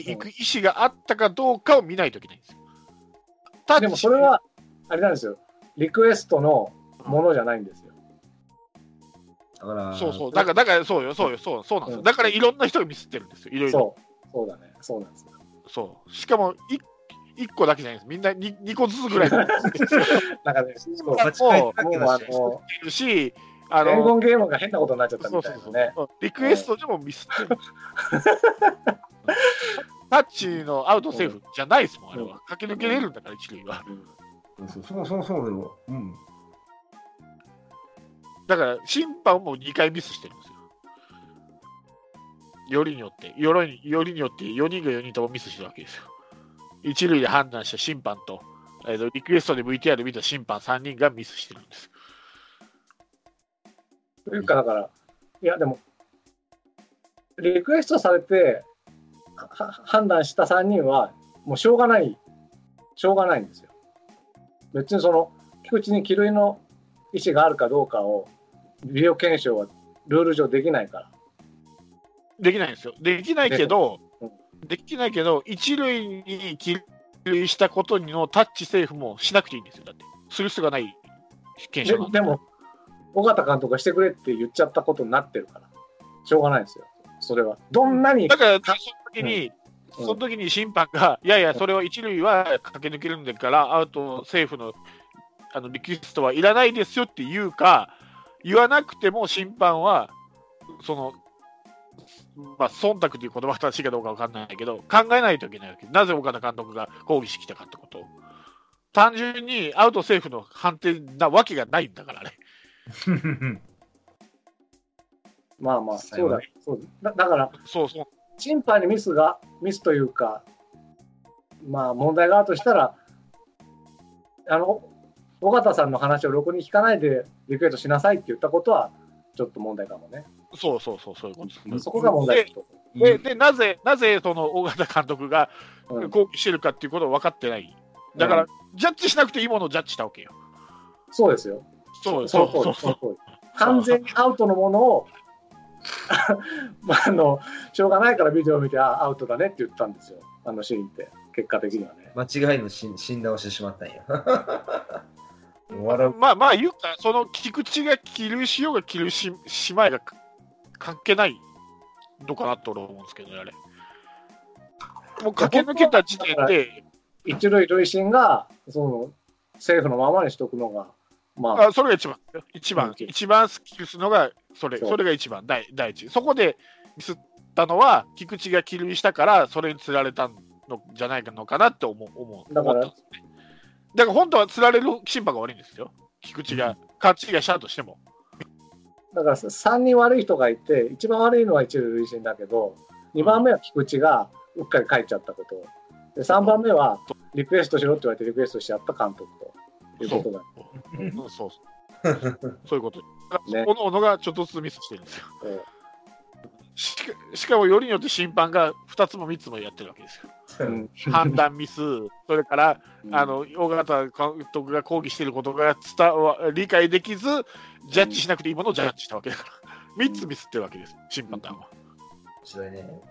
行く意思があったかどうかを見ないといけないんですよ。 でもそれはあれなんですよ。リクエストのものじゃないんですよ。 だからそうだからそうなんですよ。だからいろんな人がミスってるんですよ。いろいろ。 そうだね。そうなんですよ。 そうしかも1個だけじゃないです。みんな 2個ずつぐらいなんですよ。 なんかね、もうし、 伝言ゲームが変なことになっちゃったみたいなね。 リクエストでもミスってる。タッチのアウトセーフじゃないですもん、あれは。駆け抜けれるんだから、一塁は。 そうよ。 だから、審判も2回ミスしてるんですよ。よりによって4人が4人ともミスしてるわけですよ。一塁で判断した審判と、リクエストで VTR 見た審判3人がミスしてるんです。 というか、だから、いや、でも、リクエストされて、判断した3人は、もうしょうがないんですよ。別にその、菊池に帰塁の意思があるかどうかを、ビデオ検証はルール上できないから。 できないんですよ。できないけど、一塁に帰塁したことのタッチセーフもしなくていいんですよ。だって、する必要がない検証なんでも、尾形監督がしてくれって言っちゃったことになってるから、しょうがないですよ。それは。どんなに。 だから、その時に審判が、いやいや、それは一塁は駆け抜けるんだから、アウトセーフのリクエストはいらないですよって言うか、言わなくても審判は、忖度という言葉が正しいかどうか分かんないけど、考えないといけないわけ。なぜ岡田監督が抗議してきたかってことを。単純にアウトセーフの判定なわけがないんだからね。 まあ、そうだ。だから、審判にミスというか、まあ、問題があるとしたら、尾形さんの話をろくに聞かないでリクエストしなさいって言ったことは、ちょっと問題かもね。 そういうことです。 そこが問題で、なぜその尾形監督が抗議してるかっていうことを分かってない。だから、ジャッジしなくていいものをジャッジしたわけよ。 そうですよ。完全にアウトのものをしょうがないからビデオを見てアウトだねって言ったんですよ。あのシーンって結果的にはね。 間違いの診断をしてしまったんや。 まあ言うか、その菊池が起塁しようが起塁しまいが関係ないのかなと思うんですけどね、あれ。もう駆け抜けた時点で。 一塁塁審がセーフのままにしとくのが、 それが一番スッキリするのがそれが一番第一。そこでミスったのは菊池が起塁したからそれに釣られたのじゃないのかなって思ったんですね。だから本当は釣られる審判が悪いんですよ。菊池が勘違いしたとしても。 だから3人悪い人がいて、一番悪いのは一塁塁審だけど、2番目は菊池がうっかり帰っちゃったこと。で3番目はリクエストしろって言われてリクエストしちゃった監督ということだ。 そういうこと。おのおのがちょっとずつミスしてるんですよ。しかもよりによって審判が2つも3つもやってるわけですよ。判断ミス、それから、尾形監督が抗議していることが理解できず、ジャッジしなくていいものをジャッジしたわけだから、3つミスってるわけです、審判団は。 面白いね。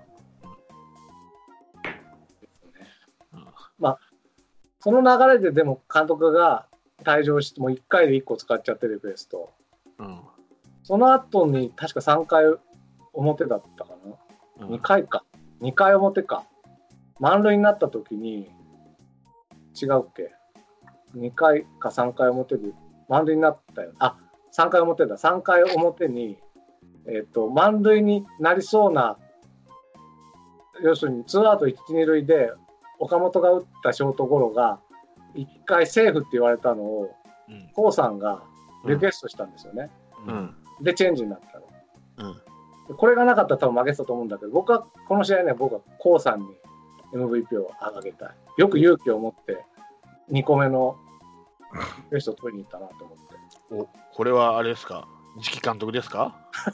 その流れででも監督が退場して、もう1回で1個使っちゃってリクエスト。その後に確か3回表だったかな、2回か2回表か満塁になった時に違うっけ2回か3回表で満塁になったよ。3回表だ。3回表に満塁になりそうな、要するに2アウト1、2塁で岡本が打ったショートゴロが1回セーフって言われたのをコウさんがリクエストしたんですよね。でチェンジになったの。これがなかったら多分負けてたと思うんだけど、僕はこの試合ね、僕はコウさんに MVP をあげたい。よく勇気を持って2個目のベストを取りに行ったなと思って。 これはあれですか、次期監督ですか？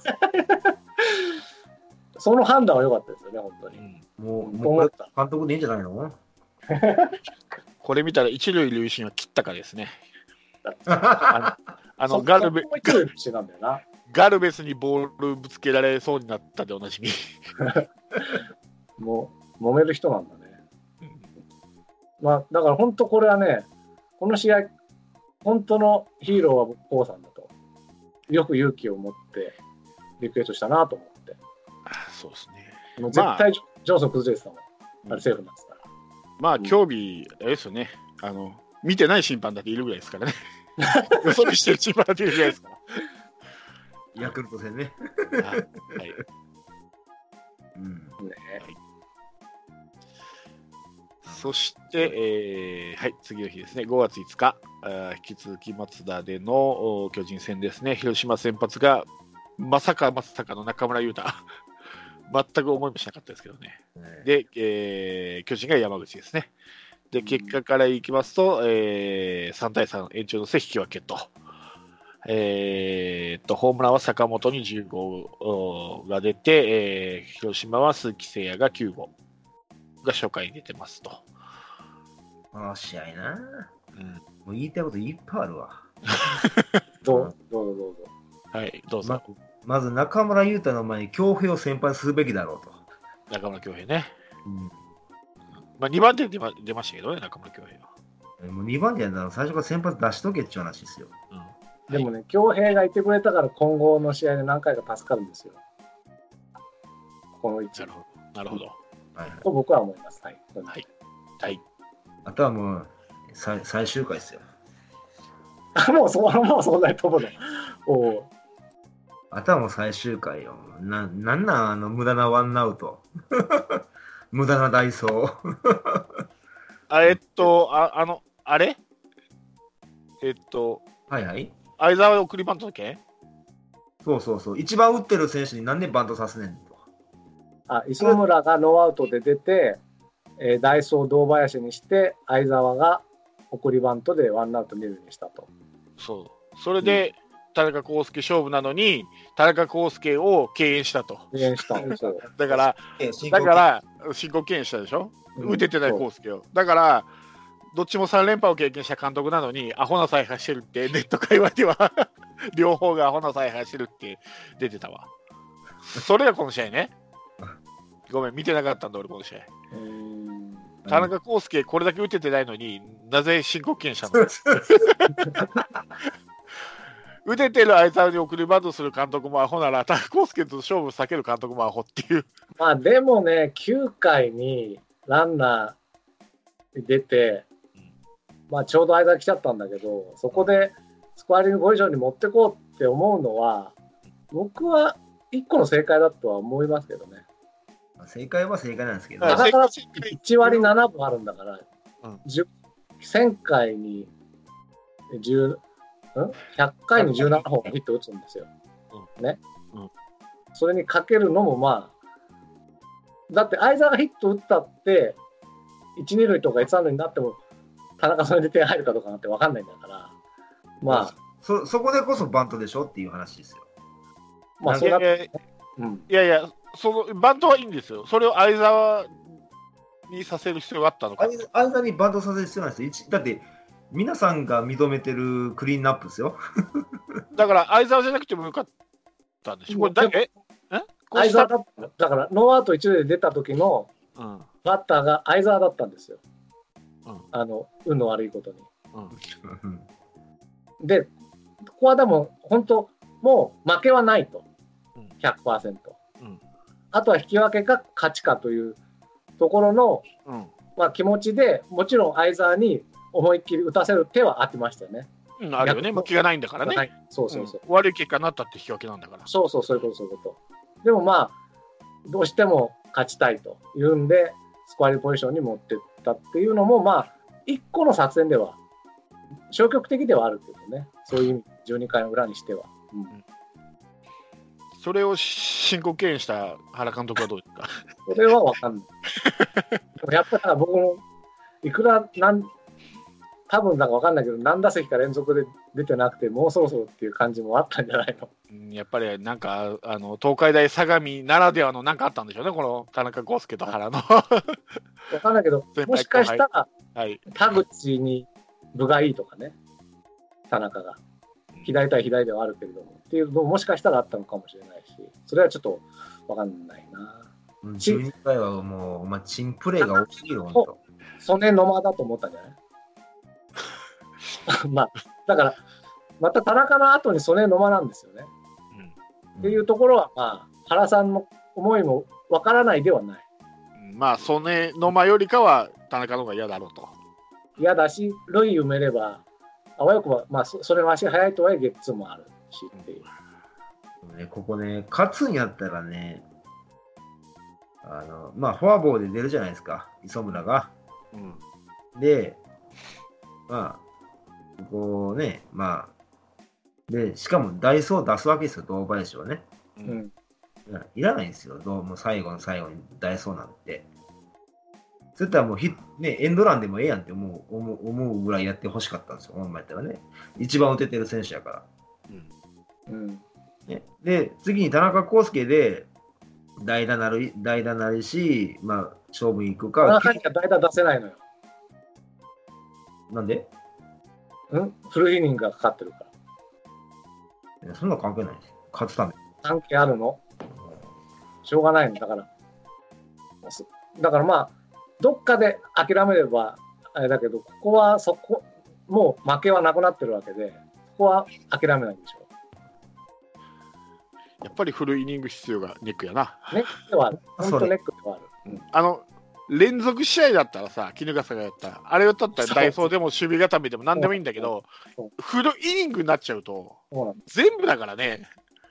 その判断は良かったですよね、本当に。 もう監督でいいんじゃないの？ これ見たら一塁塁審は切ったかですね。ガルベスにボールぶつけられそうになったでおなじみ。 も揉める人なんだね。まあ、だから本当これはね、この試合、本当のヒーローはコウさんだと。よく勇気を持ってリクエストしたなと思って。 そうですね。 もう絶対ジョンソン崩れてたもん。あれセーフになってたら。 まあ、競技、あれですよね。見てない審判だっているぐらいですからね。予測してる審判だっているぐらいですから。 ヤクルト戦ね。 はい。そして、はい、次の日ですね、5月5日、引き続きマツダでの巨人戦ですね、広島先発がまさかの中村優太、全く思いもしなかったですけどね。で、巨人が山口ですね。で、結果からいきますと、3対3延長の末引き分けと。ホームランは坂本に10号が出て、広島は鈴木誠也が9号が初回に出てますと。 この試合な、もう言いたいこといっぱいあるわ。 どうぞ。 はい、どうぞ。 まず中村優太の前に恭平を先発するべきだろうと。 中村恭平ね。まあ、2番手で出ましたけどね、中村恭平は。 もう2番手やったら最初から先発出しとけっていう話ですよ。 でもね、恭平がいてくれたから今後の試合で何回か助かるんですよ。この位置。 なるほど。 と僕は思います。はい。 あとはもう最終回ですよ。 もうそんなに飛ぶの。 あとはもう最終回よ。なん無駄なワンアウト。無駄なダイソー。 あれはい。 相澤で送りバントだっけ？ そう。一番打ってる選手になんでバントさせねんと。 磯村がノーアウトで出て、ダイソー堂林にして、相澤が送りバントでワンアウト2塁にしたと。 そう。それで、田中康介勝負なのに、田中康介を敬遠したと。だから、申告敬遠したでしょ、打ててない康介を。だから、どっちも3連覇を経験した監督なのに、アホな采配してるって、ネット界隈では、両方がアホな采配してるって出てたわ。それがこの試合ね。ごめん、見てなかったんだ、俺、この試合。田中康介、これだけ打ててないのになぜ申告敬遠したの？打ててる相手に送りバントする監督もアホなら、田中康介と勝負避ける監督もアホっていう。 まあでもね、9回にランナー出て、まあちょうど間来ちゃったんだけど、そこでスコアリングポジションに持ってこうって思うのは、僕は1個の正解だとは思いますけどね。 正解は正解なんですけど、 1割7分あるんだから、1000回に100回に17本ヒット打つんですよ。ね。それにかけるのもまあ、だって相澤がヒット打ったって、1、2塁とか1、3塁になっても、田中それで点入るかどうかなんて分かんないんだから、まあ。 そこでこそバントでしょっていう話ですよ。 まあ、そうだって、 いや、そのバントはいいんですよ。それを相澤にさせる必要があったのか。 相澤にバントさせる必要ないですよ。だって、皆さんが認めてるクリーンナップですよ。 だから相澤じゃなくてもよかったんでしょ。これ相澤だからノーアウト1塁で出た時のバッターが相澤だったんですよ。運の悪いことに。で、ここはでも本当もう負けはないと。100%。あとは引き分けか勝ちかというところの、まあ、気持ちでもちろん相澤に思いっきり打たせる手はあってましたよね。 あるよね。気がないんだからね。 そう。 悪い結果になったって引き分けなんだから。 そういうこと。でもまあ、どうしても勝ちたいというんで、スコアリングポジションに持っていったっていうのも、まあ、一個の作戦では、消極的ではあるけどね。そういう意味、12回の裏にしては。 それを申告敬遠した原監督はどうですか？ それは分かんない。でもやっぱり僕も、いくら多分なんか分かんないけど、何打席か連続で出てなくて、もうそろそろっていう感じもあったんじゃないの？ やっぱりなんか東海大相模ならではのなんかあったんでしょうね、この田中康介と原の。 分かんないけど、もしかしたら、田口に分がいいとかね、田中が。左対左ではあるけれども、っていうのももしかしたらあったのかもしれないし、それはちょっと分かんないな。 12回はもう、お前、チンプレーが大きいよ、ほんと。 曽根野間だと思ったんじゃないまあ、だから、また田中の後に曽根野間なんですよね。っていうところは、まあ、原さんの思いもわからないではない。 まあ、曽根野間よりかは田中の方が嫌だろうと。 嫌だし、塁埋めれば、あわよくば、まあ、それの足速いとはいえ、ゲッツーもあるしっていう。 ここね、勝つんやったらね、まあ、フォアボールで出るじゃないですか、磯村が。で、まあ、ここね、まあ、で、しかもダイソー出すわけですよ、堂林はね。いらないんですよ、もう最後の最後にダイソーなんて。そういったらもうね、エンドランでもええやんって思うぐらいやってほしかったんですよ、ほんまやったらね。一番打ててる選手やから。ね、で、次に田中康介で、代打なりし、まあ、勝負に行くか。 田中には代打出せないのよ。 なんで？ フルイニングがかかってるから。 そんな関係ないです。勝つため。 関係あるの？しょうがないのだから。だからまあ、どっかで諦めればあれだけど、ここはもう負けはなくなってるわけで、ここは諦めないんでしょう。 やっぱりフルイニング必要がネックやな。 ネックではある。本当ネックではある。 連続試合だったらさ、衣笠がやったら、あれを取ったらダイソーでも守備固めでも何でもいいんだけど、フルイニングになっちゃうと、全部だからね。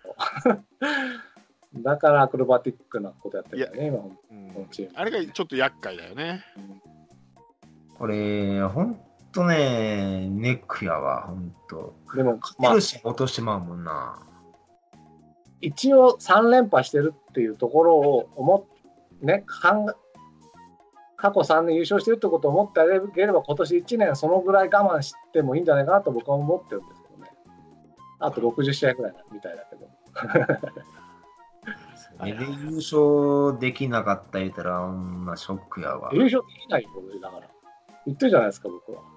だからアクロバティックなことやってるんだよね、今あれがちょっと厄介だよね。 これ、ほんとね、ネックやわ、ほんと。 でも、 まあ、落としてまうもんな。 一応3連覇してるっていうところを過去3年優勝してるってことを思ってあげれば、今年1年そのぐらい我慢してもいいんじゃないかなと僕は思ってるんですけどね。あと60試合ぐらいみたいだけど。 で優勝できなかった言うたら、まあ、ショックやわ。 優勝できないよ、だから。言ってるじゃないですか、僕は。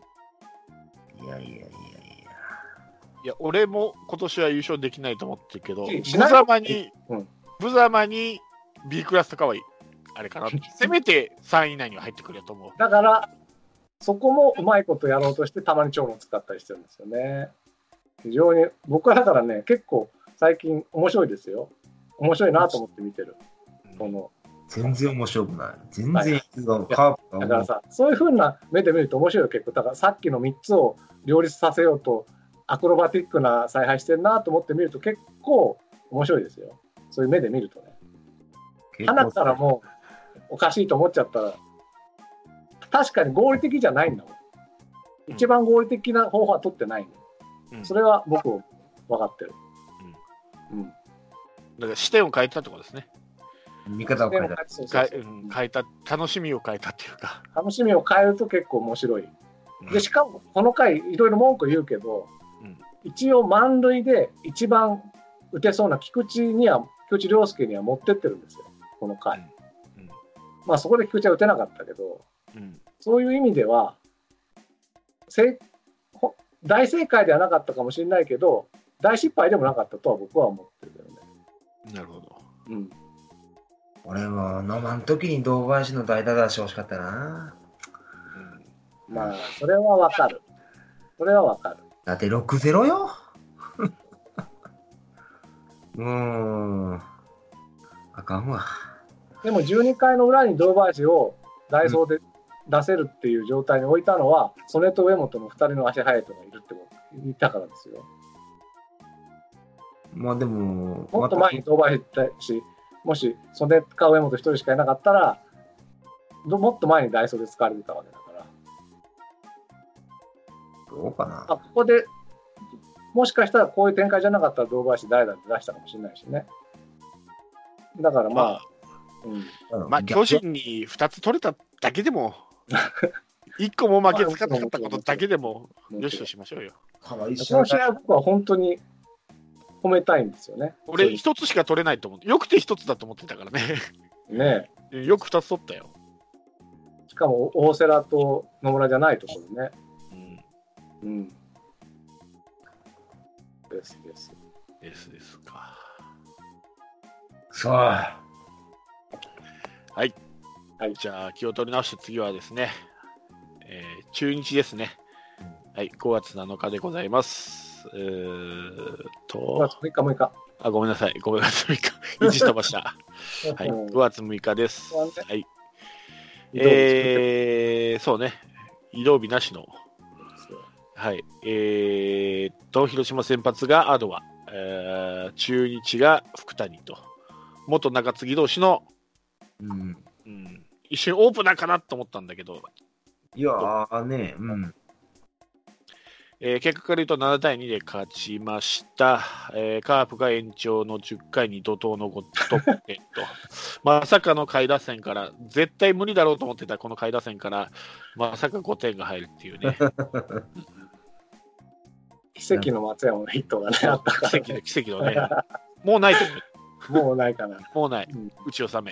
いや、俺も今年は優勝できないと思ってるけど、無様に B クラスとかはあれかな。せめて3位以内には入ってくると思う。 だから、そこもうまいことやろうとして、たまに長野を使ったりしてるんですよね。非常に、僕はだからね、結構最近面白いですよ。面白いなと思って見てる。 全然面白くない。全然違う。 だからさ、そういうふうな目で見ると面白いよ、結構。だからさっきの3つを両立させようと、アクロバティックな采配してるなと思って見ると結構面白いですよ。そういう目で見るとね。鼻からもうおかしいと思っちゃったら、確かに合理的じゃないんだもん。一番合理的な方法は取ってないの。それは僕分かってる。 だから視点を変えたってことですね。 見方を変えた。楽しみを変えたっていうか。 楽しみを変えると結構面白い。で、しかもこの回いろいろ文句言うけど、一応満塁で一番打てそうな菊池涼介には持ってってるんですよ、この回。まあそこで菊池は打てなかったけど、そういう意味では大正解ではなかったかもしれないけど、大失敗でもなかったとは僕は思ってるけどね。 なるほど。 俺も野間の時に堂林の代打出してほしかったな。 まあそれはわかる。それはわかる。 だって 6-0 よ。あかんわ。でも12回の裏に堂林をダイソーで出せるっていう状態に置いたのは、曽根と上本の2人の足速い人がいるって言ったからですよ。 まあでも、 もっと前に堂林行ったし、もし曽根か上本1人しかいなかったら、もっと前にダイソーで使われてたわけだから。 どうかな。 ここでもしかしたらこういう展開じゃなかったら堂林代打で出したかもしれないしね。だからまあ、巨人に2つ取れただけでも、1個も負けつかなかったことだけでも、よしとしましょうよ。 この試合は僕は本当に褒めたいんですよね。 俺、1つしか取れないと思って、よくて1つだと思ってたからね。 ねえ。よく2つ取ったよ。 しかも大瀬良と野村じゃないところね。ですか。 さあ、 はい。 はい。 じゃあ、気を取り直して次はですね、中日ですね。はい、5月7日でございます。 5月6日。 あ、ごめんなさい。5月6日。1飛ばした。はい、5月6日です。はい。そうね。移動日なしの。はい。広島先発がアドワ、中日が福谷と、元中継ぎ同士の、一瞬オープナーかなと思ったんだけど、 いやーね、 結果から言うと7対2で勝ちました。カープが延長の10回に怒涛の5得点と、まさかの下位打線から、絶対無理だろうと思ってたこの下位打線から、まさか5点が入るっていうね。 奇跡の松山のヒットがね、あったから、ね。 奇跡のね。もうないと思う。もうないかな。 もうない。打ち納め。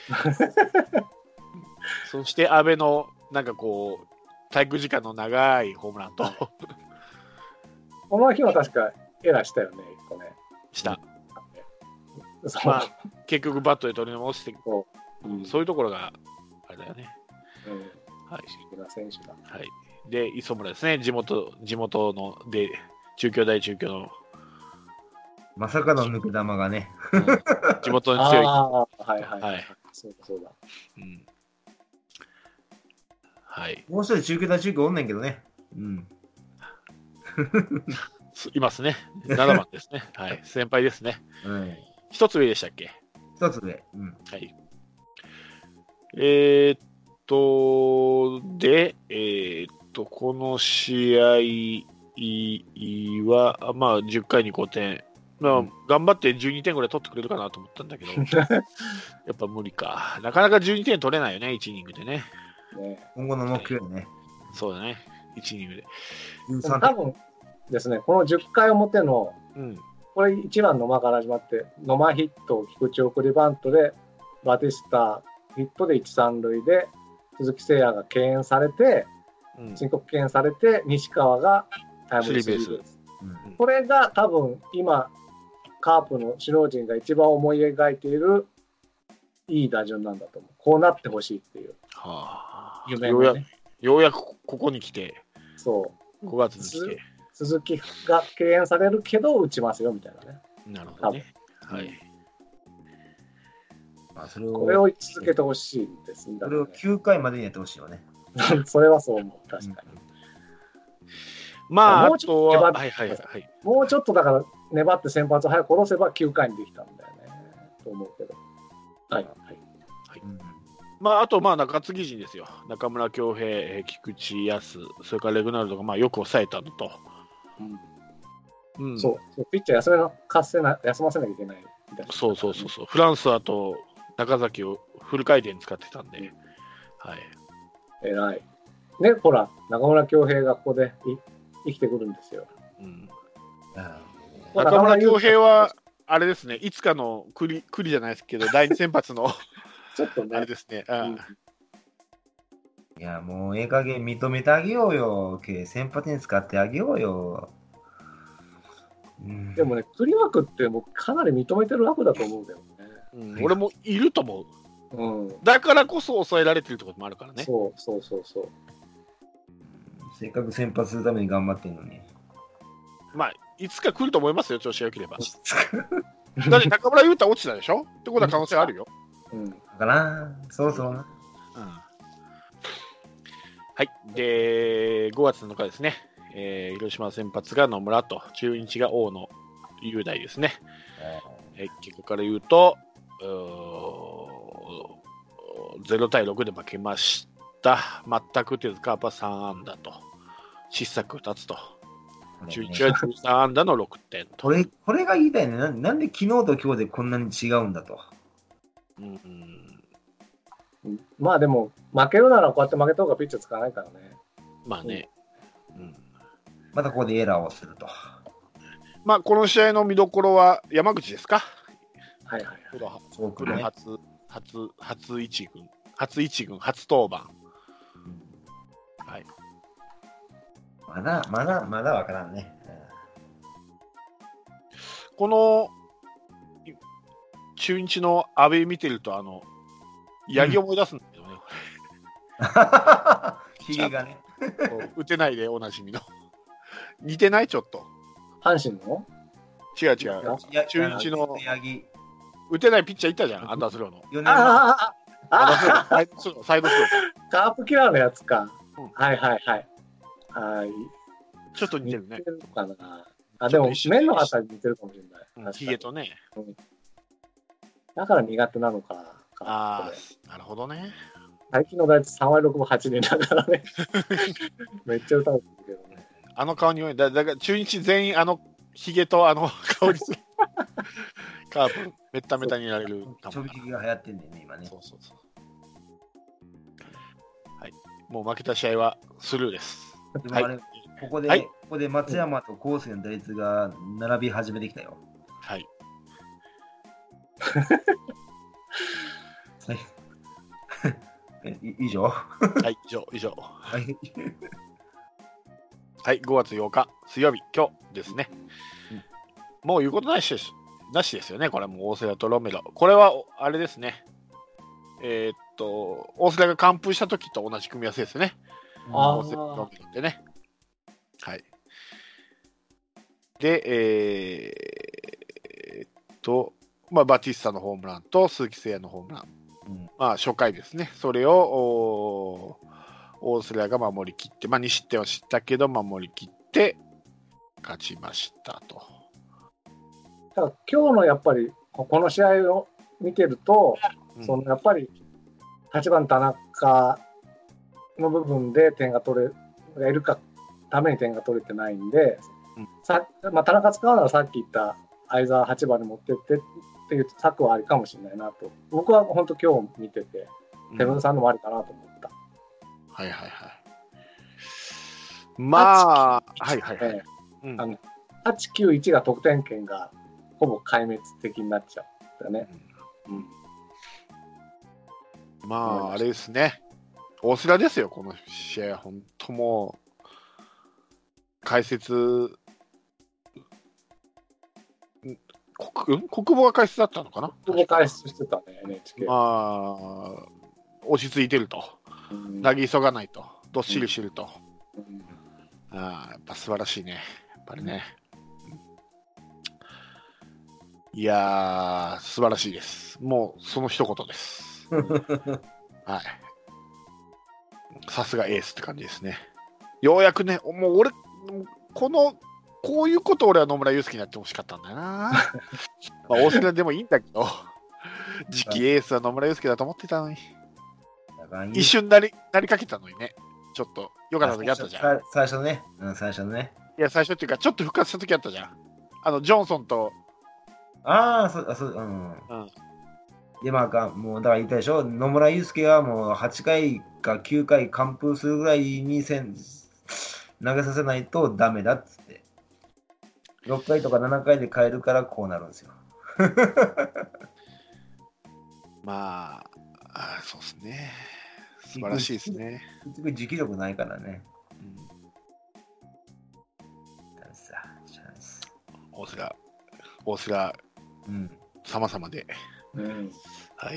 そして阿部のなんかこう体育時間の長いホームランとこの日は確かエラーしたよね、1個ね。 した。まあ、結局バットで取り直してそういうところがあれだよね。 はい。不思議な選手だ。 はい。で、磯村ですね、地元ので中京大中京のまさかの抜け玉がね、 地元に強い。 はい。そうだ。 はい。 もう一人中京大中京おんねんけどね。 いますね。7番ですね。はい。先輩ですね。一つ上でしたっけ？ 一つ上。 はい。この試合は、まあ、10回に5点。まあ、頑張って12点ぐらい取ってくれるかなと思ったんだけど、やっぱ無理か。なかなか12点取れないよね、1イニングでね。 今後の目標ね。 そうだね、1イニングで。 多分ですね、この10回表の、これ1番野間から始まって、野間ヒット、菊池送りバントで、バティスタヒットで1、3塁で、鈴木誠也が敬遠されて、申告敬遠されて、西川がタイムリースリーベース。これが多分今、カープの首脳陣が一番思い描いているいい打順なんだと思う。こうなってほしいっていう。 夢がね。ようやくここに来て、 そう 5月に来て。 鈴木が敬遠されるけど打ちますよみたいなね。 なるほどね。はい。 これを続けてほしいんです。 それを9回までにやってほしいよね。 それはそう思う、確かに。 まあ、 もうちょっともうちょっとだから粘って先発を早く殺せば9回にできたんだよね。と思うけど。 まあ、あと、中継ぎ陣ですよ。中村恭平、菊池康、それからレグナルドがよく抑えたのと。 そう、ピッチャー休ませなきゃいけないみたいな。 そう。フランスはと中崎をフル回転使ってたんで。はい。 偉い。ね、ほら、中村恭平がここで生きてくるんですよ。 中村恭平は、あれですね、いつかの栗じゃないですけど、第2先発のちょっとね、 あれですね。 いや、もうええ加減認めてあげようよ。先発に使ってあげようよ。 でもね、栗枠ってもうかなり認めてる枠だと思うけどね。俺もいると思う。だからこそ抑えられてるってこともあるからね。 そう。 せっかく先発するために頑張ってんのに。 まあ、いつか来ると思いますよ、調子が良ければ。だって中村優太落ちたでしょってことは可能性あるよ。 かな、そうな。 はい。で、5月7日ですね。広島先発が野村と、中日が大野雄大ですね。結果から言うと、0対6で負けました。全く手ずカープは3安打と、失策2つと。中日は13安打の6点と。 これが言いたいね。なんで昨日と今日でこんなに違うんだと。 まあでも、負けるならこうやって負けた方がピッチャー使わないからね。 まあね。 またここでエラーをすると。 まあ、この試合の見どころは山口ですか？ はい。 プロ初一軍、初登板。はい。 まだわからんね。 この中日の阿部見てると、 ヤギ思い出すんだけどね。 ひげがね。 打てないでおなじみの。似てないちょっと。 阪神の違う違う。中日のヤギ。 打てないピッチャーいたじゃん、アンダースローの。 4年前。 サイドスロー。 カープキラーのやつか。はいはいはい。はい。 ちょっと似てるね。 似てるのかな。あ、でも、目のあたり似てるかもしれない。 ヒゲとね。 だから苦手なのか。 ああ、なるほどね。 最近の打率3割6分8厘だからね。めっちゃ打たれてるけどね。 あの顔にだから中日全員ヒゲと顔にする。カープ、めっためたになれるちょびひげが流行ってんだよね、今ね。 そう。はい。もう負けた試合はスルーです。 でもあれ、ここで松山とコースの打率が並び始めてきたよ。 はい。 以上はい、以上。 はい。 はい、5月8日、水曜日、今日ですね。もう言うことなしですよね、これも大瀬良とロメロ。これは、あれですね。大瀬良が完封した時と同じ組み合わせですね。大瀬良とロメロってね。はい。で、バティスタのホームランと鈴木誠也のホームラン。初回ですね。それを大瀬良が守りきって、2失点はしたけど、守りきって勝ちましたと。 ただ今日のやっぱり、この試合を見てると、やっぱり8番田中の部分で点が取れるかために点が取れてないんで、田中使うならさっき言った相澤8番に持ってってっていう策はありかもしれないなと。僕は本当今日見てて、セブンさんのもありかなと思った。 はいはいはい。はいはいはい。 8、9、1が得点圏がほぼ壊滅的になっちゃったね。 あれですね。大瀬良ですよ、この試合。本当もう、解説、国母が解説だったのかな。 国母解説してたね、NHK。 落ち着いてると。投げ急がないと。どっしりしてると。やっぱ素晴らしいね。やっぱりね。いやー、素晴らしいです。もう、その一言です。はい。さすがエースって感じですね。ようやくね、もう俺、こういうこと俺は野村祐介になってほしかったんだよな。大瀬良でもいいんだけど、次期エースは野村祐介だと思ってたのに。一瞬なりかけたのにね。ちょっと、よかった時あったじゃん。 最初ね。 いや、最初っていうか、ちょっと復活した時あったじゃん。ジョンソンと。 で、もう、だから言ったでしょ、野村祐介はもう8回か9回完封するぐらいに投げさせないとダメだっつって。6回とか7回で変えるからこうなるんですよ。 そうですね。素晴らしいですね。 結局持久力ないからね。 大瀬良、様々で。はい。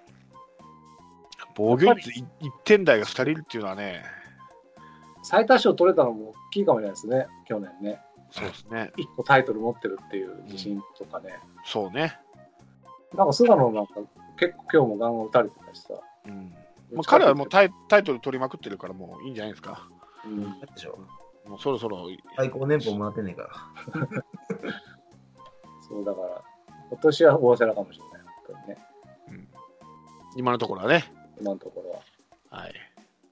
防御率1点台が2人いるっていうのはね。 最多勝取れたのも大きいかもしれないですね、去年ね。 そうですね。 1個タイトル持ってるっていう自信とかね。 そうね。 なんか菅野なんか結構今日もガンガン打たれてたしさ。 彼はもうタイトル取りまくってるからもういいんじゃないですか。 でしょ。 もうそろそろ最高年俸もらってねえから。 そうだから今年は大瀬良かもしれない本当にね。 今のところはね。 今のところは。 はい。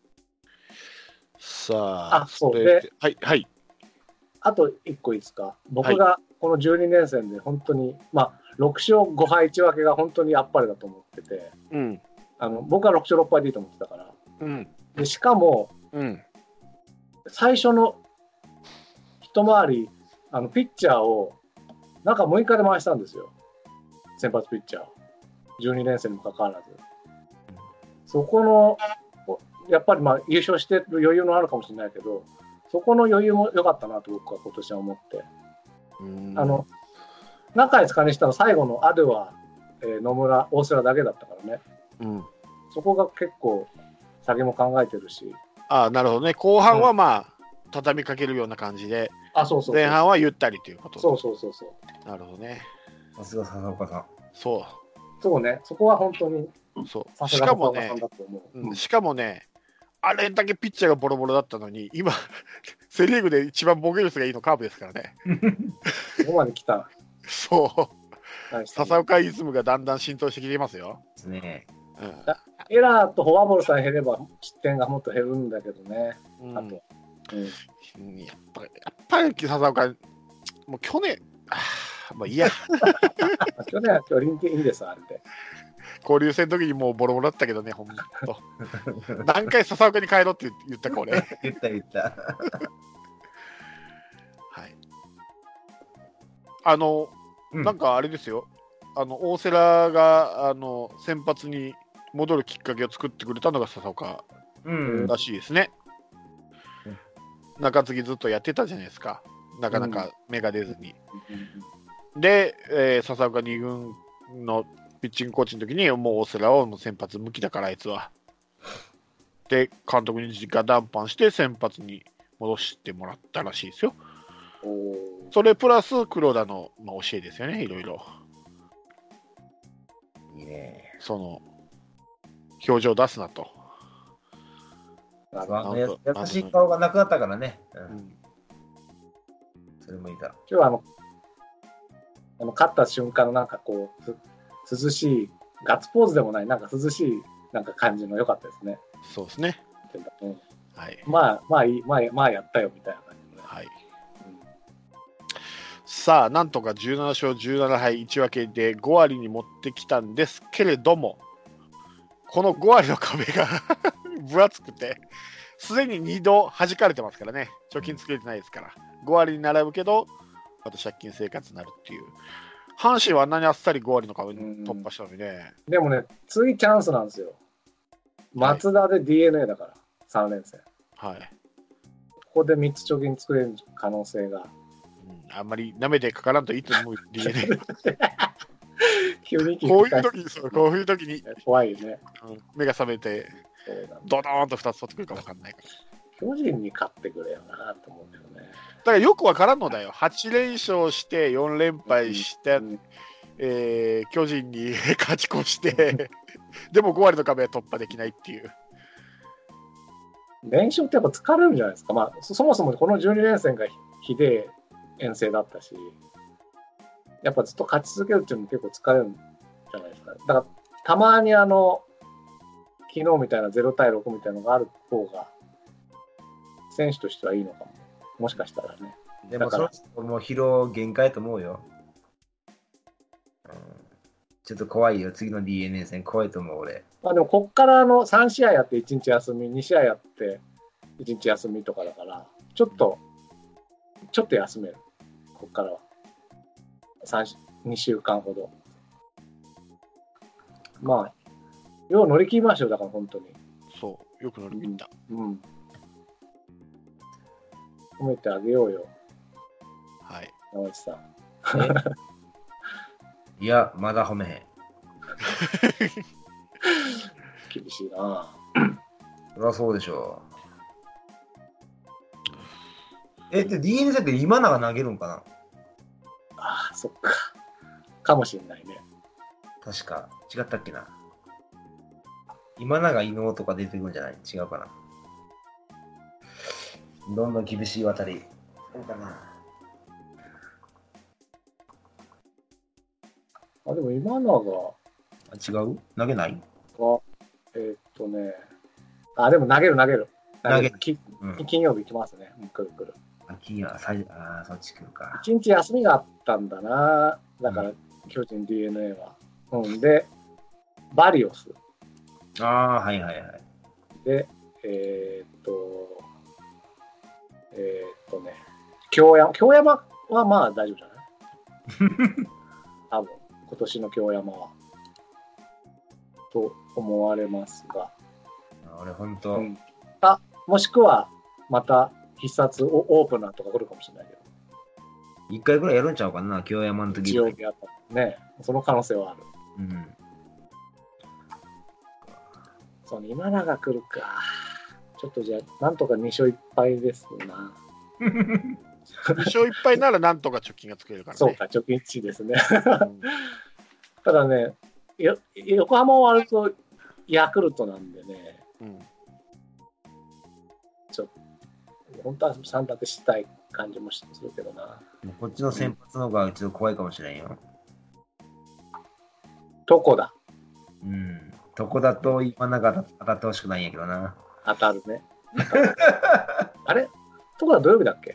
さあ、 そうで、 はい。 あと1個いいですか。僕がこの12年戦で本当に、6勝5敗1分けが本当にあっぱれだと思ってて、僕は6勝6敗でいいと思ってたから。でしかも、最初の一回り、ピッチャーを中6日で回したんですよ。先発ピッチャー。12連戦にもかかわらず。そこの、やっぱり優勝してる余裕のあるかもしれないけど、そこの余裕も良かったなと僕は今年は思って。中5日にしたの最後のアドゥは、野村、大瀬良だけだったからね。 そこが結構先も考えてるし。 なるほどね。後半はまあ、畳みかけるような感じで、前半はゆったりということ。 そう。 なるほどね。 さすが笹岡さん。 そうね。そこは本当に。 しかもね、しかもね、あれだけピッチャーがボロボロだったのに、今、セ・リーグで一番防御率がいいのカープですからね。 ここまで来た。 そう。笹岡イズムがだんだん浸透してきてますよ。 ですね。 エラーとフォアボールさえ減れば失点がもっと減るんだけどね。あと。 やっぱり笹岡、もう去年、もういいや。 去年はオリンピックいいんです、あれで。 交流戦の時にもうボロボロだったけどね、ほんと。何回笹岡に帰ろうって言ったか、俺。 言った。 はい。なんかあれですよ。大瀬良が先発に戻るきっかけを作ってくれたのが笹岡らしいですね。中継ぎずっとやってたじゃないですか。なかなか芽が出ずに。で、笹岡2軍のピッチングコーチの時にもう大瀬良を先発向きだからあいつは。で、監督に直談判して先発に戻してもらったらしいですよ。それプラス黒田の、教えですよね、いろいろ。 いいね。 その表情出すなと。 優しい顔がなくなったからね。それもいた。 今日は勝った瞬間のなんかこう涼しいガッツポーズでもないなんか涼しいなんか感じの良かったですね。 そうですね。 はい。まあやったよみたいな感じで。 はい。さあなんとか17勝17敗1分けで5割に持ってきたんですけれども、この5割の壁が分厚くてすでに2度弾かれてますからね。貯金作れてないですから5割に並ぶけどまた借金生活になるっていう。阪神はあんなにあっさり5割の壁に突破したのにね。 でもね、次チャンスなんですよ。松田で DNA だから、3連戦。 はい。 ここで3つ貯金作れる可能性が。 あんまり舐めてかからんといいと思う DNA。 急にこういう時に怖いよね。 目が覚めて、ドドーンと2つ取ってくるか分かんないから。 巨人に勝ってくれよなと思うけどね。 だからよく分からんのだよ。8連勝して4連敗して、巨人に勝ち越してでも5割の壁は突破できないっていう。 連勝ってやっぱ疲れるんじゃないですか。そもそもこの12連戦がひでえ遠征だったし、やっぱずっと勝ち続けるっていうのも結構疲れるんじゃないですか。だからたまに昨日みたいな0対6みたいなのがある方が選手としてはいいのかも。もしかしたらね。 でもその人も疲労限界と思うよ。ちょっと怖いよ。次の DNA 戦怖いと思う俺。 でもこっから3試合やって1日休み、2試合やって1日休みとかだから、ちょっと休める。こっからは。2週間ほど。よう乗り切りましょう、だから本当に。 そう、よく乗り切った。 褒めてあげようよ。 はい。 山内さん。 いや、まだ褒めへん。 厳しいな。 そりゃそうでしょう。で、DNA って今永投げるんかな？ ああ、そっか。かもしれないね。 確か。違ったっけな。今永伊能とか出てくるんじゃない？違うかな。どんどん厳しい渡り。そうかな。 でも今永。 違う？投げない？ でも投げる。 投げる。 金曜日来ますね。来る。 金曜日、そっち来るか。 1日休みがあったんだな。だから、巨人 DNA は。で、バリオス。 はい。 で、京山はまあ大丈夫じゃない多分、今年の京山は。と思われますが。 俺、ほんと。 もしくは、また必殺オープナーとか来るかもしれないけど。 1回ぐらいやるんちゃうかな、京山の時。 日曜日やったね。その可能性はある。 そうね、今永来るか。ちょっとじゃあ、なんとか2勝1敗ですな。 2勝1敗ならなんとか貯金が作れるからね。 そうか、貯金1ですね。ただね、横浜を割るとヤクルトなんでね、ちょっと、本当は3立てしたい感じもするけどな。 こっちの先発の方が一度怖いかもしれんよ。 床田。 床田と今永当たってほしくないんやけどな。 当たるね。あれ床田土曜日だっけ？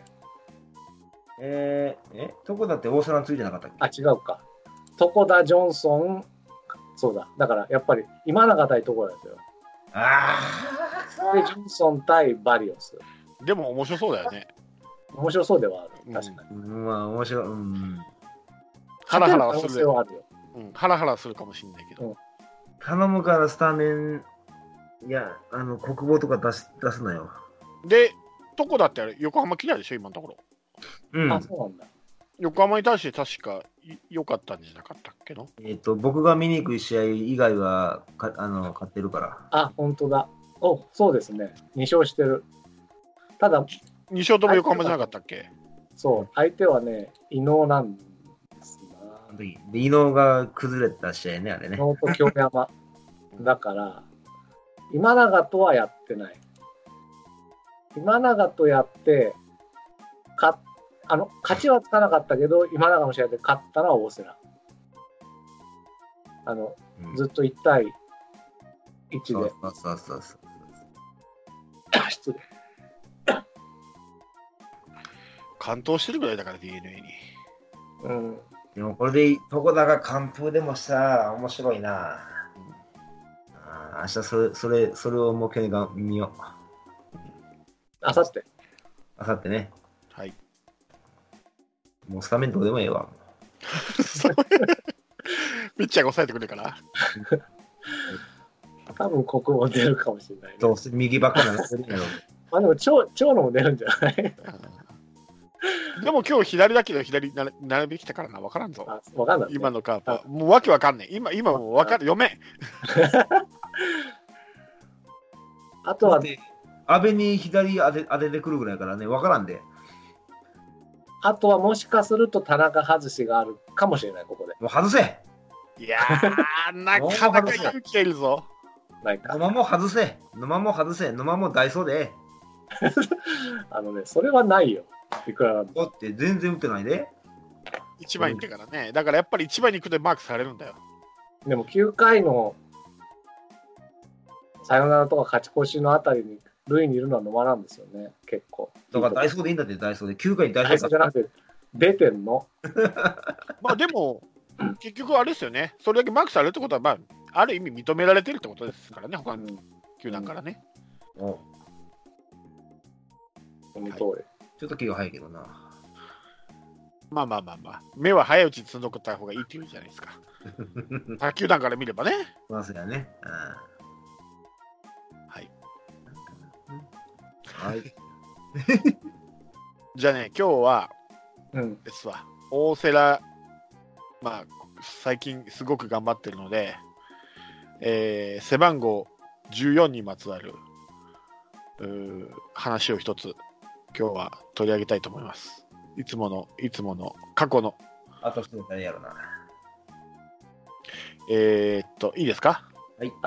床田って大皿についてなかったっけ？ あ、違うか。床田、ジョンソン、そうだ。だからやっぱり今永対床田ですよ。で、ジョンソン対バリオス。 でも面白そうだよね。 面白そうではある。確かに。 まあ、面白い。 ハラハラはするよ。 ハラハラするかもしれないけど。 頼むからスタメン、いや、国防とか出すなよ。 で、床田ってあれ、横浜嫌いでしょ、今のところ。 あ、そうなんだ。 横浜に対して確か良かったんじゃなかったっけの？ 僕が見に行く試合以外は勝ってるから。 あ、本当だ。そうですね。2勝してる。ただ、 2勝とも横浜じゃなかったっけ？ そう、相手はね、伊能なんですな。 で伊能が崩れた試合ね、あれね。 伊能と京山。だから、今永とはやってない。今永とやって、勝ちはつかなかったけど、今永の試合で勝ったのは大瀬良。ずっと1対1で。 そう。 失礼。 完投してるぐらいだから DNA に。 でもこれで床田が完封でもしたら面白いな。明日それを目標に見よう。 あさって。 あさってね。 はい。 もうスタメンどうでもええわ。 ピッチャーが抑えてくれるから。 多分ここも出るかもしれない、ね。 そう右ばっかりなってるやろ。 まあでも長野も出るんじゃない？ でも今日左だけど左並べてきたからな、分からんぞ。 分かんない、 今のカープは。もうわけわかんねえ。今もう分かる。読め。 あとは、 安倍に左当ててくるぐらいからね、分からんで。 あとはもしかすると田中外しがあるかもしれない、ここで。 もう外せ。 いやー、なかなか勇気がいるぞ。 野間も外せ。野間もダイソーで。 それはないよ。いくらなんだって全然打ってないで。 1番に行ってからね。だからやっぱり1番に行くとマークされるんだよ。 でも9回のサヨナラとか勝ち越しのあたりに塁にいるのは野間なんですよね、結構。 だからダイソーでいいんだって、ダイソーで。9回にダイソーじゃなくて、出てんの。 まあでも、結局あれですよね。それだけマークされるってことは、まあ、ある意味認められてるってことですからね、他の球団からね。 その通り。 ちょっと気が早いけどな。 まあ。目は早いうちに積んどくった方がいいって言うじゃないですか。他球団から見ればね。 そうですよね。 はい。 はい。 じゃあね、今日は、ですわ。大瀬良、まあ、最近すごく頑張ってるので、背番号14にまつわる話を一つ今日は取り上げたいと思います。いつもの過去の。 あと一人誰やろな。 いいですか？ はい。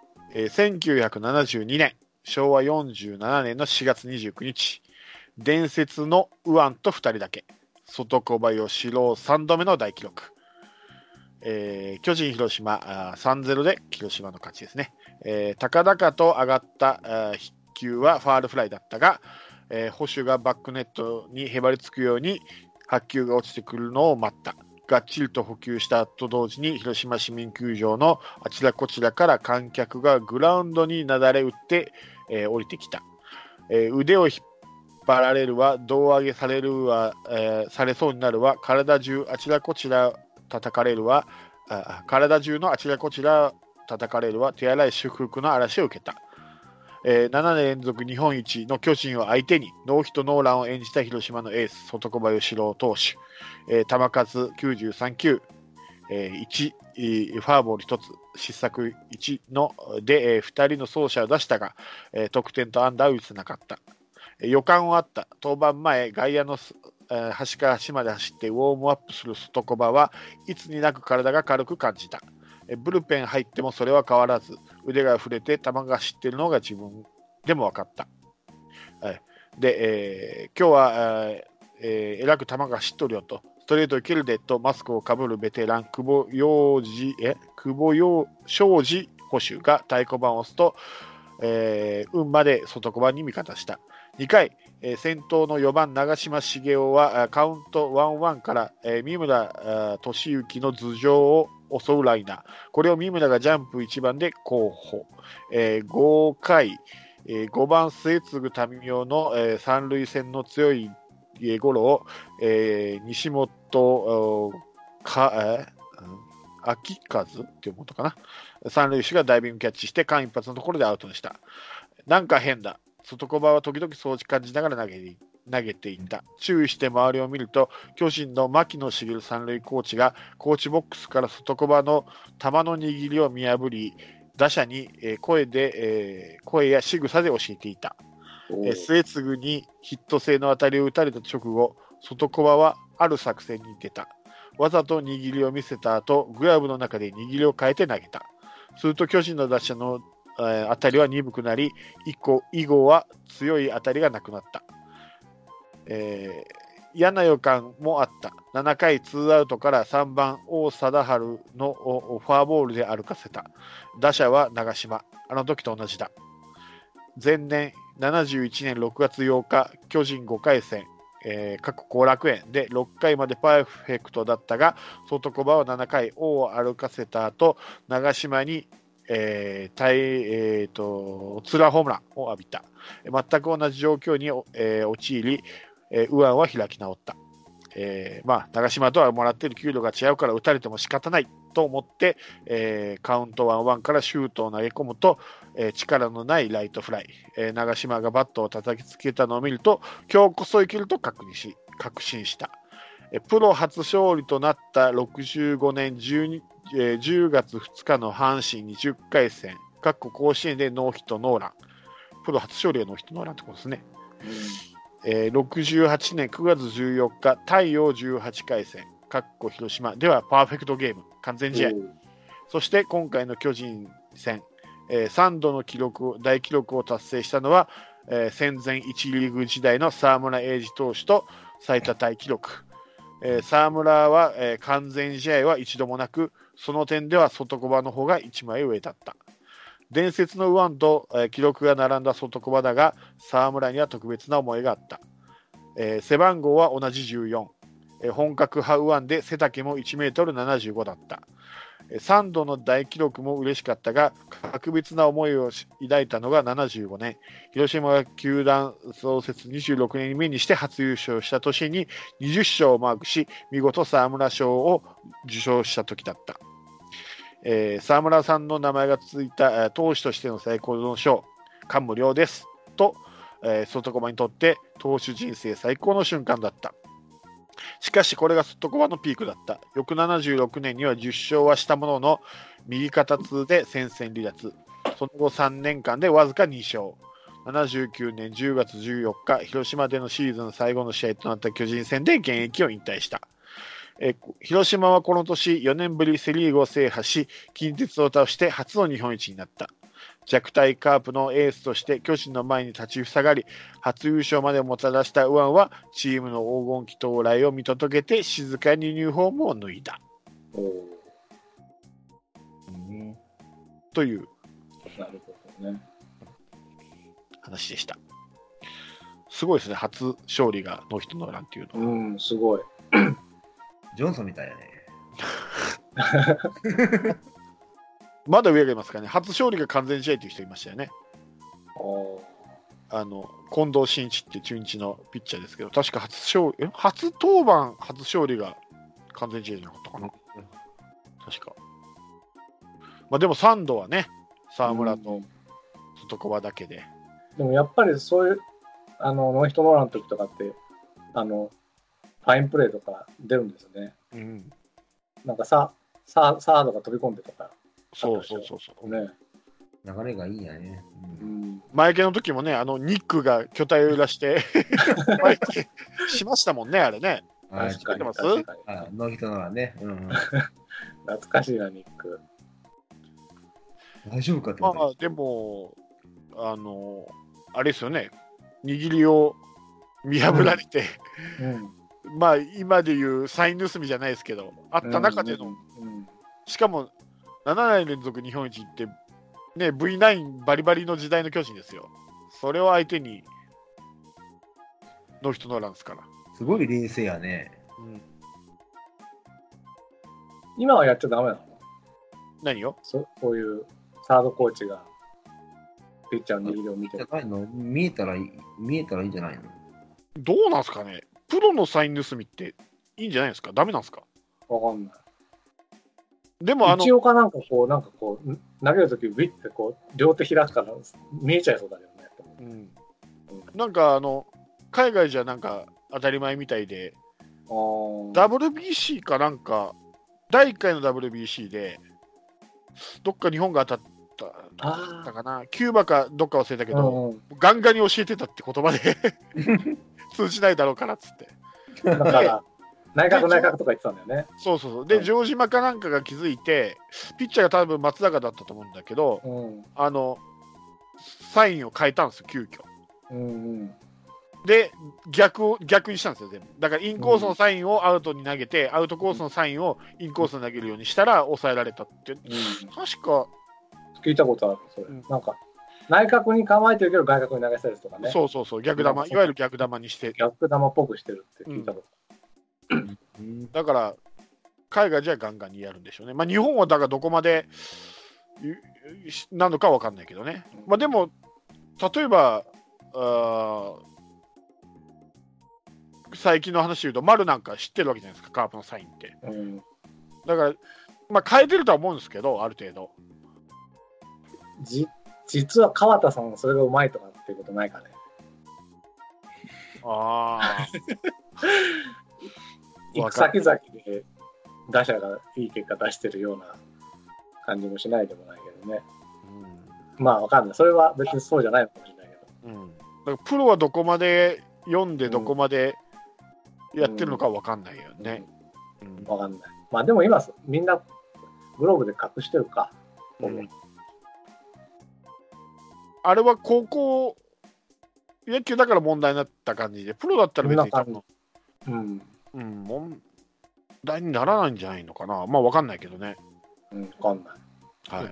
1972年、昭和47年の4月29日、伝説の右腕と2人だけ、外小林郎3度目の大記録。巨人広島 3-0 で広島の勝ちですね。高々と上がった飛球はファールフライだったが、捕手がバックネットにへばりつくように白球が落ちてくるのを待った。がっちりと捕球したと同時に広島市民球場のあちらこちらから観客がグラウンドになだれ打って、降りてきた。腕を引っ張られるわ、胴上げされるわ、されそうになるわ、体中あちらこちら叩かれるわ、体中のあちらこちら叩かれるわ、手荒い祝福の嵐を受けた。7年連続日本一の巨人を相手にノーヒットノーランを演じた広島のエース外小林郎投手、球数93球、 1、フォアボール1つ、失策1ので、2人の走者を出したが、得点と安打を打てなかった。予感はあった。登板前、外野の端から端まで走ってウォームアップする外コバはいつになく体が軽く感じた。ブルペン入ってもそれは変わらず、腕が触れて球が走っているのが自分でも分かった。で、今日は、えらく球が走っとるよと、ストレートいけるでとマスクをかぶるベテラン久保昌司捕手が太鼓判を押すと、運まで外小判に味方した。2回、先頭の4番長嶋茂雄はカウント 1-1 から、三村俊之の頭上を襲うライナー。これを三村がジャンプ1番で候補。5回、5番末継民生の、三塁線の強いゴロを、西本秋和っていうことかな。三塁手がダイビングキャッチして間一髪のところでアウトにした。なんか変だ。外小判は時々掃除感じながら投げていた。注意して周りを見ると、巨人の牧野茂三塁コーチがコーチボックスから外小判の球の握りを見破り、打者に声や仕草で教えていた。末継にヒット性の当たりを打たれた直後、外小判はある作戦に出た。わざと握りを見せた後、グラブの中で握りを変えて投げた。すると巨人の打者の当たりは鈍くなり、以後は強い当たりがなくなった。嫌な予感もあった。7回ツーアウトから3番王貞治のフォアボールで歩かせた。打者は長嶋。あの時と同じだ。前年71年6月8日、巨人5回戦、後楽園で6回までパーフェクトだったが、外小判は7回王を歩かせた後、長嶋にツラホームランを浴びた。全く同じ状況に、陥り、右腕は開き直った。長嶋とはもらっている給料が違うから打たれても仕方ないと思って、カウント 1-1 からシュートを投げ込むと、力のないライトフライ、長嶋がバットを叩きつけたのを見ると、今日こそいけると確信した。プロ初勝利となった65年10月2日の阪神20回戦、甲子園でノーヒットノーラン。プロ初勝利がノーヒットノーランってことですね。68年9月14日、太陽18回戦、広島ではパーフェクトゲーム、完全試合。そして今回の巨人戦、3度の大記録を達成したのは、戦前1リーグ時代の沢村栄治投手と最多タイ記録。沢村は、完全試合は一度もなく、その点では外小判の方が1枚上だった。伝説の右腕と、記録が並んだ外小判だが、沢村には特別な思いがあった。背番号は同じ14。本格派右腕で背丈も1メートル75だった。3度の大記録も嬉しかったが、格別な思いを抱いたのが75年。広島が球団創設26年目にして初優勝した年に20勝をマークし、見事沢村賞を受賞した時だった。沢村さんの名前がついた投手としての最高の賞、感無量ですと、外小判にとって投手人生最高の瞬間だった。しかしこれが外小判のピークだった。翌76年には10勝はしたものの、右肩痛で戦線離脱。その後3年間でわずか2勝。79年10月14日、広島でのシーズン最後の試合となった巨人戦で現役を引退した。広島はこの年4年ぶりセリーグを制覇し、近鉄を倒して初の日本一になった。弱体カープのエースとして巨人の前に立ちふさがり、初優勝までもたらした右腕はチームの黄金期到来を見届けて静かにユニフォームを脱いだ。という話でした。すごいですね、初勝利がノーヒットノーランっていうのは。 すごい。 ジョンソンみたいやね。 まだ上がいますかね。初勝利が完全試合という人いましたよね。近藤真一って中日のピッチャーですけど、確か初登板初勝利が完全試合じゃなかったかな。確か。でも3度はね、沢村と外小判だけで。 でもやっぱりそういうノーヒットノーランの時とかってファインプレーとか出るんですよね。なんかサードが飛び込んでたから。 そうそうそうそう。 ね。 流れがいいんやね。 前家の時もね、ニックが巨体を揺らして前家しましたもんね、あれね。 確かに。 ノーヒットならね。 懐かしいな、ニック。 大丈夫かってまあ、でも、あれですよね、握りを見破られて、まあ、今でいうサイン盗みじゃないですけど、あった中での、しかも7年連続日本一って、ね、V9 バリバリの時代の巨人ですよ。それを相手にノーヒットノーランですから。 すごい臨戦やね。 今はやっちゃダメなの？ 何よ？ そういうサードコーチがピッチャーの握りを見てる。 見えたらいいんじゃないの？ どうなんですかね。プロのサイン盗みっていいんじゃないですか？ダメなんですか？ わかんない。 でも一応なんかこう投げるときビッてこう両手開くから見えちゃいそうだけどね。 なんか海外じゃなんか当たり前みたいで、WBC かなんか第1回の WBC でどっか日本が当たったかな、キューバかどっか忘れたけど、ガンガンに教えてたって言葉で通じないだろうからっつって。 だから内角とか言ってたんだよね。 そうそうそう。で、城島かなんかが気づいて、ピッチャーが多分松坂だったと思うんだけど、サインを変えたんですよ、急遽。で、逆にしたんですよ、全部。だからインコースのサインをアウトに投げて、アウトコースのサインをインコースに投げるようにしたら抑えられたって、確か聞いたことある、それ。なんか内角に構えてるけど外角に投げさせるとかね。 そうそうそう、逆球、いわゆる逆球にして。 逆球っぽくしてるって聞いたこと。 だから海外じゃガンガンにやるんでしょうね。まあ日本はだからどこまでなのか分かんないけどね。まあでも例えば最近の話で言うと丸なんか知ってるわけじゃないですか、カープのサインって。だからまあ変えてるとは思うんですけど、ある程度。 実は川田さんそれがうまいとかっていうことないかね。行く先々で打者がいい結果出してるような感じもしないでもないけどね。まあわかんない。それは別にそうじゃないのかもしれないけど。 だからプロはどこまで読んでどこまでやってるのかわかんないよね。 わかんない。まあでも今みんなグローブで隠してるか。 あれは高校野球だから問題になった感じで、プロだったら別に多分問題にならないんじゃないのかな。まあ分かんないけどね。 分かんない。 はい。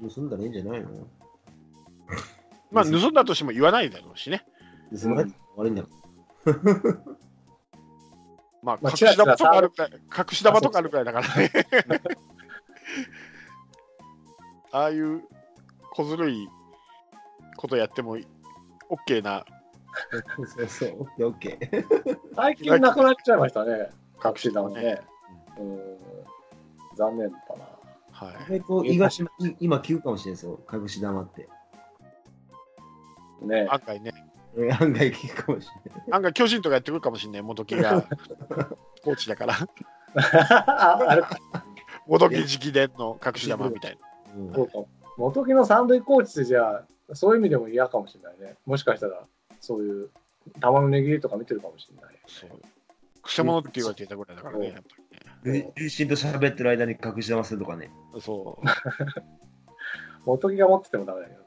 盗んだらいいんじゃないの？ まあ盗んだとしても言わないだろうしね。 盗まれて悪いんだよ。 まあ隠し玉とかあるくらい、隠し玉とかあるくらいだからね。ああいう小ずるいことやっても OK な。 そう、OK。 最近なくなっちゃいましたね、隠し玉ね。残念だな。 はい。今、急かもしれないですよ、隠し玉って。 ね、 案外ね。 案外聞くかもしれない。 案外巨人とかやってくるかもしれない、元木がコーチだから。元木直伝の隠し玉みたいな。 そうか。元木の三塁コーチってじゃあ、そういう意味でも嫌かもしれないね。もしかしたら、そういう球の値切りとか見てるかもしれない。 そう。くせ者って言われていたぐらいだからね、やっぱりね。重心と喋ってる間に隠し玉するとかね。 そう。 元木が持っててもダメだけどね。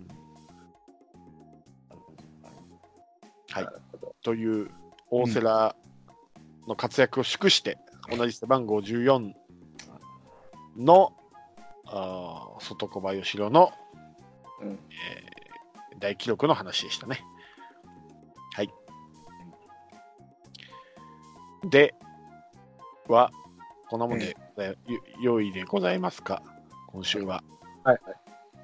はい。という大瀬良の活躍を祝して、同じ背番号14の外小林郎の、大記録の話でしたね。はい。では、こんなもんで、用意でございますか、今週は。 はいはい。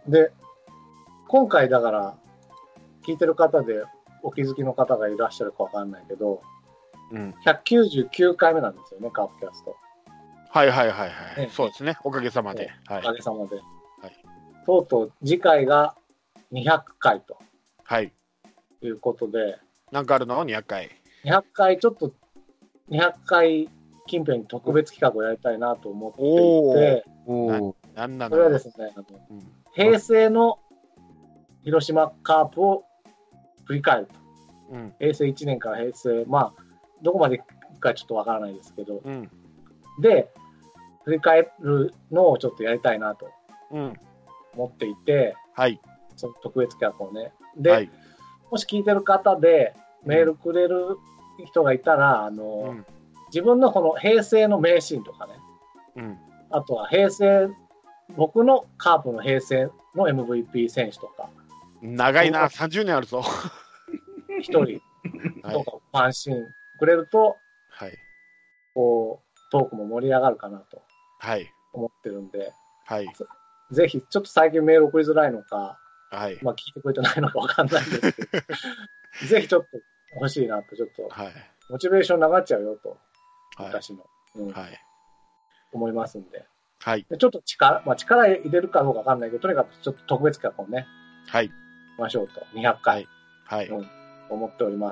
で、今回だから、聞いてる方でお気づきの方がいらっしゃるかわかんないけど、199回目なんですよね、カープキャスト。 はいはいはいはい。そうですね、おかげさまで。 おかげさまで。とうとう次回が200回と。 はい。 いうことで。 なんかあるの ?200 回。 200回、ちょっと、200回近辺に特別企画をやりたいなと思っていて、 なんなの？ これはですね、平成の広島カープを振り返ると。平成1年から平成、まあ、どこまでかちょっとわからないですけど、で、振り返るのをちょっとやりたいなと思っていて、その特別企画をね。で、もし聞いてる方でメールくれる人がいたら、自分のこの平成の名シーンとかね、あとは僕のカープの平成の MVP 選手とか。 長いな、30年あるぞ。 1人とかファンシーンくれると、こう、トークも盛り上がるかなと思ってるんで、ぜひ、ちょっと最近メール送りづらいのか、まあ聞いてくれてないのかわかんないんですけど、ぜひちょっと欲しいなと、ちょっと、モチベーション上がっちゃうよと、私の、思いますんで。でちょっと力入れるかどうかわかんないけど、とにかくちょっと特別企画をね、しましょうと、200回、思っております。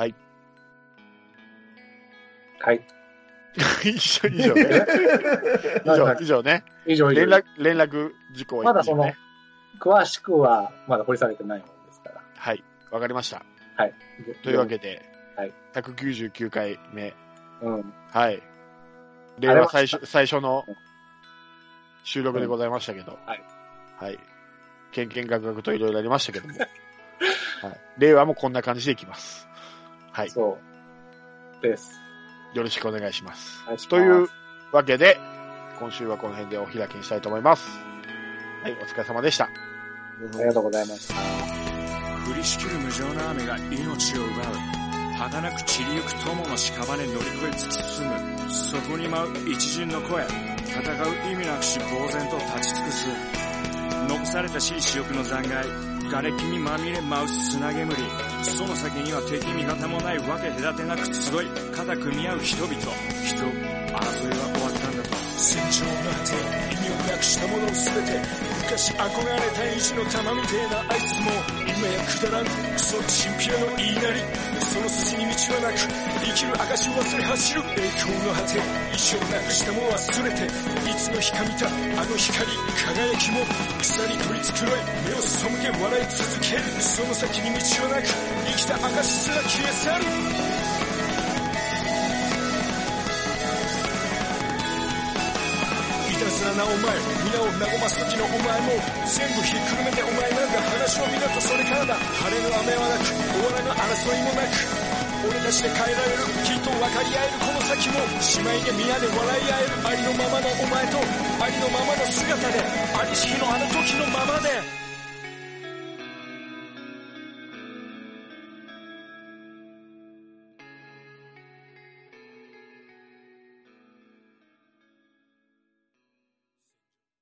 以上ね。連絡事項は、 まだその、詳しくはまだ掘り下げてないものですから。 わかりました。というわけで、199回目。令和最初の収録でございましたけど、けんけんがくがくといろいろありましたけども、令和もこんな感じでいきます。 そうです。 よろしくお願いします。というわけで、今週はこの辺でお開きにしたいと思います。お疲れ様でした。 ありがとうございました。 降りしきる無情な雨が命を奪う。儚く散りゆく友の屍乗り越え突き進む。そこに舞う一陣の声。戦う意味なくし呆然と立ち尽くす。残されたしい死翼の残骸。瓦礫にまみれ舞う砂煙。その先には敵味方もないわけ隔てなく集い肩組み合う人々。争いは終わったんだと。戦場の果て意味をなくしたものすべて。昔憧れた意地の玉みてえなあいつも今やくだらんクソチンピラの言いなり。その筋に道はなく生きる証を忘れ走る。栄光の果て意志をなくしたも忘れて。いつの日か見たあの光輝きも草に取り繕い目を背け笑い続ける。その先に道はなく生きた証すら消え去る。いたずらなお前皆を和ます時のお前も全部ひっくるめてお前なんだ話を見ろとそれからだ。晴れの雨はなく終わらぬ争いもなく俺たちで変えられるきっと分かり合えるこの先も姉妹で皆で笑い合えるありのままのお前とありのままの姿でありし日のあの時のままで。